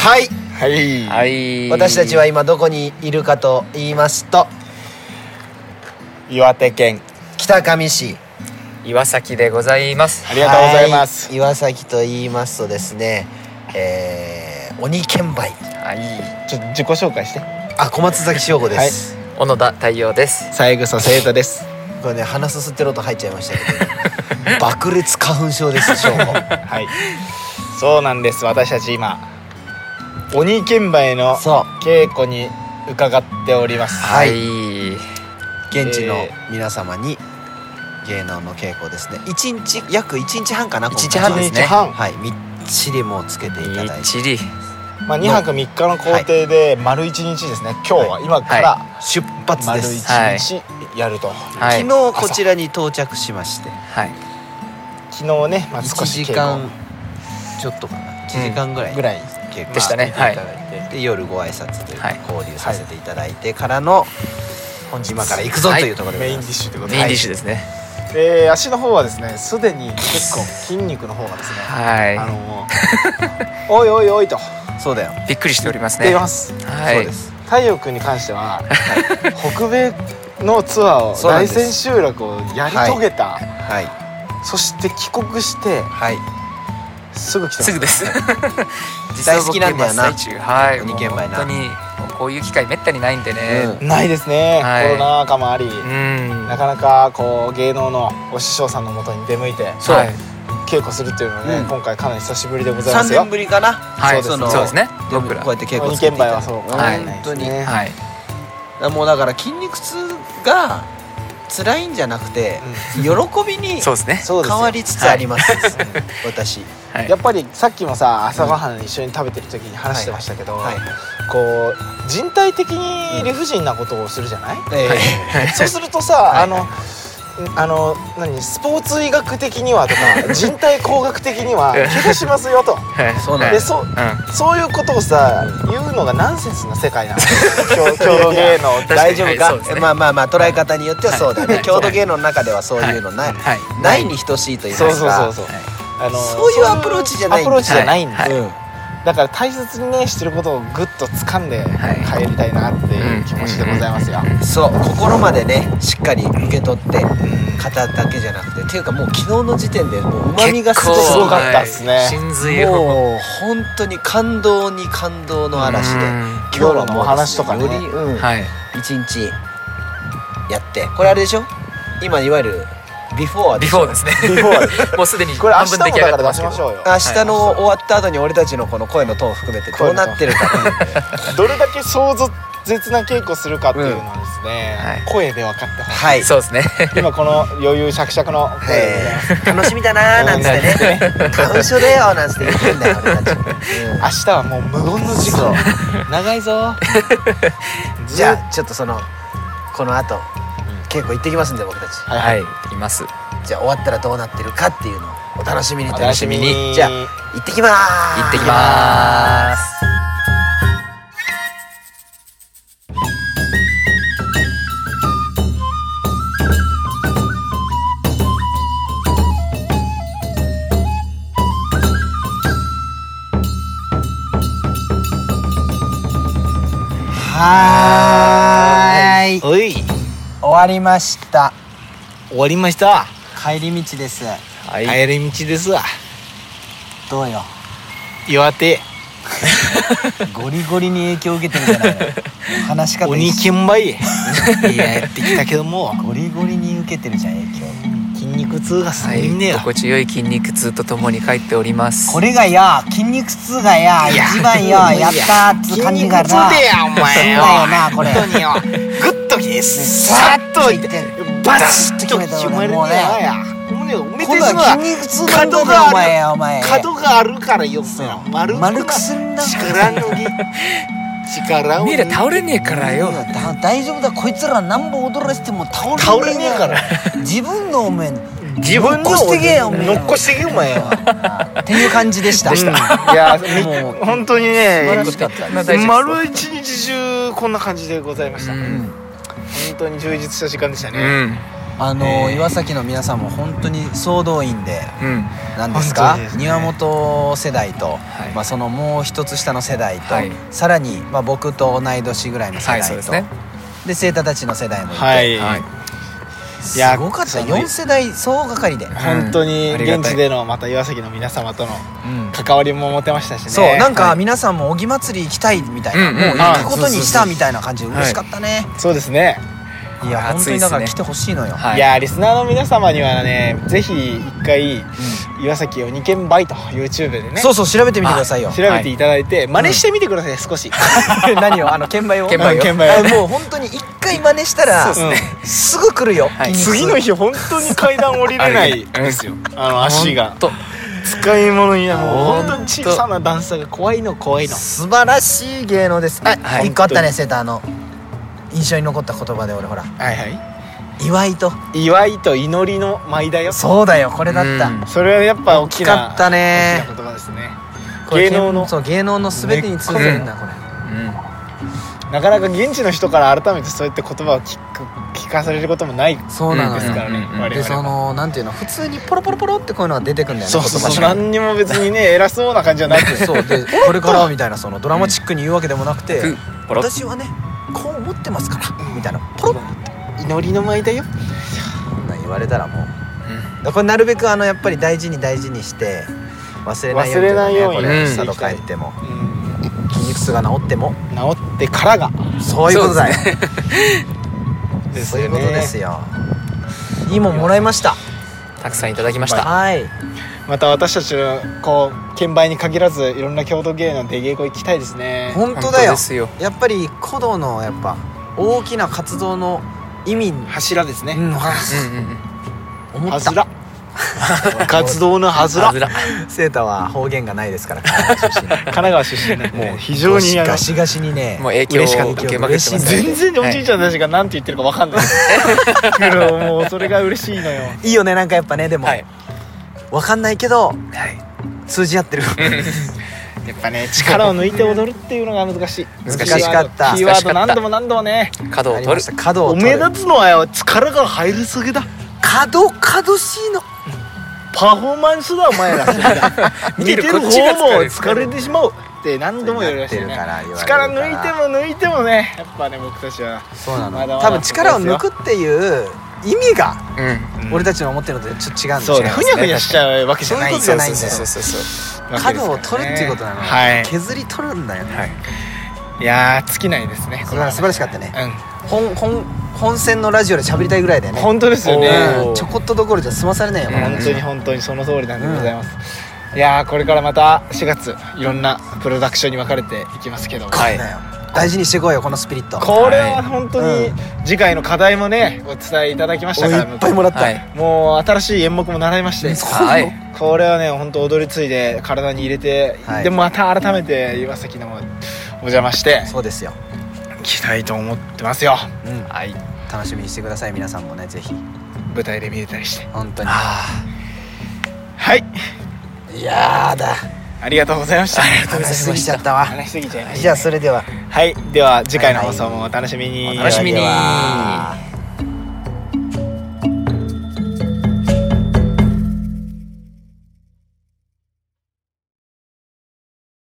はいはいはい。 私たちは今どこにいるかと言いますと、 岩手県北上市岩崎でございます。 ありがとうございます。 はい、岩崎と言いますとですね、鬼剣梅。 はい。 ちょっと自己紹介して。 小松崎翔吾です、 小野田太陽です。 三枝聖太です。 これね、鼻すすってる音入っちゃいましたけど、爆裂花粉症です翔吾。 はい、そうなんです。私たち今鬼剣梅の稽古に伺っております。 はい、 はい。 現地の皆様に芸能の稽古ですね、約1日半かな。 1日半ですね。 はい、みっちりもうつけていただいて、 みっちり、 2泊3日の工程で丸1日ですね。今日は今から出発丸です。 1日やると。 はい。 昨日こちらに到着しまして、 はい。 昨日ね、少 1 し時間ちょっとかな、1時間ぐらいぐらい稽古でしたね。 させていただいて、で夜ご挨拶というかはい交流させていただいてからの今から行くぞというところでごメインディッざいます。 シュということで、 メインディッシュですね。 足の方はですね、すでに結構筋肉の方がですね、 はおいおいおいとそうだよ、 い。びっくりしておりますね。 言っています。 はい。 そうです。 太陽君に関しては、北米のツアーを大千秋楽をやり遂げた、 はいそして帰国してはいすぐ来てます。 すぐです。 大好きなんだよな実は僕真っ最中。はい。 鬼剣梅な。 本当にもうこういう機会めったにないんでね。 ないですね、 はいコロナ禍もあり、 うん。 なかなかこう芸能のお師匠さんのもとに出向いてそうはい。 稽古するっていうのはね、 うん今回かなり久しぶりでございま 3 すよ。 年ぶりかな。 はい。 そそうですね。 でも僕ら。 こうやって稽古鬼つけていただいて、 剣梅はそうはい本当に、 はい。 もうだから筋肉痛が辛いんじゃなくて、喜びにそうですね。 そうですよ変わりつつあります、私。 はい。 やっぱりさっきもさ、朝ごはん一緒に食べてる時に話してましたけど、 はい、 こう人体的に理不尽なことをするじゃない、そうするとさ、 はいスポーツ医学的にはとか人体工学的には怪我しますよと。 そうなんです。 でそういうことをさ、言うのがナンセンスな世界なの。郷土芸能大丈夫か、 そうですねまあ捉え方によってはそうだね、 はい郷土芸能の中ではそういうのない、 はい。 ないに等しいと言いそうますか、 そうそういうアプローチじゃないんです。 アプローチじゃないんです、 うん、 だから大切にねしてることをグッと掴んで帰りたいなっていう気持ちでございますよ。 そう、心までねしっかり受け取って肩だけじゃなくて、っていうかもう昨日の時点でもう旨味がすごすごかったっすね。 真髄を。 もう本当に感動に感動の嵐で、 今日のお話とかねより、 はい。 一日やって、これあれでしょ、今いわゆるビフォービフォーですね。もうすでにこれ明半分出来上日もだからがってますけど。 出しましょうよ。 明日の終わった後に俺たちのこの声のトーン含めてどうなってるかどれだけ壮絶な稽古するかっていうのはですね、 はい声で分かってほしい。 はい、 そうですね。 今この余裕しゃくしゃくの声でございます。 楽しみだなーなんつってね、花粉症だよなんつって言ってんだよ俺たち、 明日はもう無言の時間。長いぞ。 じゃあちょっとこの後稽古行ってきますんで僕たち、 はいはい。います。 じゃあ終わったらどうなってるかっていうのをお楽しみにお楽しみに。 じゃあ行ってきまーす。 行ってきまーす。 はーい、 おい、 終わりました。 終わりました。 帰り道です。 はい。 帰り道ですわ。 どうよ、 岩手ゴリゴリに影響を受けてるじゃないの話し方鬼一緒、 剣梅やってきたけども、 ゴリゴリに受けてるじゃん影響。 筋肉痛がすはい。 ごいんだよ。 心地よい筋肉痛とともに帰っております。 これがや筋肉痛がや一番よやったーっつう感じがな。 筋肉痛だよお前よ。 そうだよなこれ。 本当によ。グッときてさっといってバシッと決まるね。 もうねもうね、おめで今度とうは筋肉痛なんだよお前やお前。 角があるからよ。 丸くすんだ。 力抜き。力を。 おめえら倒れねえからよ。 大丈夫だ、こいつら何本踊らせても倒れねえから。自分のおめえ自分の残してけよお前。 残してけよお前は。 っていう感じでした。 いやもう本当にね、 素晴らしかった。 丸一日中こんな感じでございました。 うん。 本当に充実した時間でしたうね。 ん。 岩崎の皆さんも本当に総動員で、 うんなんですか、 本当ですね庭本世代と、 いそのもう一つ下の世代と、 はいさらに、僕と同い年ぐらいの世代と、 はいそうですねで生徒たちの世代もいて、 はい、 はいすいやごかった。 その 4世代総がかりで、 本当にありがたい現地でのまた岩崎の皆様とのうん関わりも持てましたしね。 そうなんかはい皆さんも荻祭り行きたいみたいな、 うんもう行くことにしたはいみたいな感じで嬉しかったね、 そうですね。 いや本当にだから来てほしいのよ、 はいいやリスナーの皆様にはねぜひ一回岩崎を2軒倍と YouTube でねそうそう調べてみてくださいよ。 調べていただいて真似してみてください、少し。 何を券売を券売を券売をもう本当に一回真似したらそうですすぐ来るよ、 はい筋肉痛次の日本当に階段降りれないですよ足がと使い物になる。もうほんと本当に小さな段差が怖いの素晴らしい芸能です。 はい一個あったねセーター印象に残った言葉で俺ほらはいはい祝いと祝いと祈りの舞だよ。 そうだよこれだった、 うんそれはやっぱ大大きなきかったね大きな言葉ですね。 これ芸能のそう芸能の全てに通ずるんだこれ、 なかなか現地の人から改めてそういった言葉を聞かされることもないそうなのよ、 ですからね、 うん我々はでそのなんていうの普通にポロポロポロってこういうのが出てくんだよね、 そうそうそう言葉何にも別にね偉そうな感じじゃなくてそうでこれからみたいなそのドラマチックに言うわけでもなくて、 ふポロッ私はねこう思ってますからみたいなポロッ祈りの舞だよ。 こんなん言われたらもう、だからこれなるべくやっぱり大事にして忘れないように、 忘れないようにこれうん佐渡帰ってもうん筋肉痛が治っても治ってからがそういうことだよですそういうことですよよ。いいもんもらいました。 たくさんいただきました。 はい。 また私たちのこう券売に限らずいろんな郷土芸能出稽古行きたいですね。 本当だよで。すよ。 やっぱり古道のやっぱ大きな活動の意味、 柱ですね。 うんうんうん。 思った。 はずら活動のはずら。 あずら。 セータは方言がないですから。神神奈川出身なんでねもう非常にガシガシにね。 もう影響を嬉しかった受けまくってますね。 全然おじいちゃんたちが何て言ってるか分かんないけどもうそれが嬉しいのよ。 いいよねなんかやっぱねでも、 はい。 わかんないけどはい。 通じ合ってる。 やっぱね力を抜いて踊るっていうのが難しい。 難しかったキーワード何度も何度もね。 角を取るありまし。た角をお取る。 目立つのはよ力が入りすぎだ。 角しいの。 パフォーマンスだお前ら。見てる方も疲れてしまうって何度も言われましたよね。力抜いても抜いてもねやっぱね僕たちはそうなの。 まだまだ多分力を抜くっていう意味がうん。 俺たちの思ってるのとちょっと違うんですそうよ。 ふにゃふにゃしちゃうわけじゃないそういうことじゃないんだよそうそうそう角を取るっていうことなの。 はい削り取るんだよね。 はい。 いやー尽きないですね。 素晴らしかったね。 う本線のラジオで喋りたいぐらいだよんね。 本当ですよね。 おーちょこっとどころじゃ済まされないよ。 うん本当にその通りなんでございます。いやーこれからまた4月いろんなプロダクションに分かれていきますけども、 はいだよ大事にしていこうよこのスピリット。 これは本当に次回の課題もねお伝えいただきましたから、 おいっぱいもらった。 はい。 もう新しい演目も習いまして、 はい。 これはね本当踊り継いで体に入れて、 はいでまた改めて岩崎の方にお邪魔してそうですよ。 いきたいと思ってますよ。 うん。 はい。 楽しみにしてください皆さんもねぜひ舞台で見れたりして本当に。 あはいいやーだ。 ありがとうございました。 話しすぎちゃったわ。 話しすぎちゃいました、 じゃあそれでは。 はいでは次回の放送もお楽しみに、 お楽しみにではでは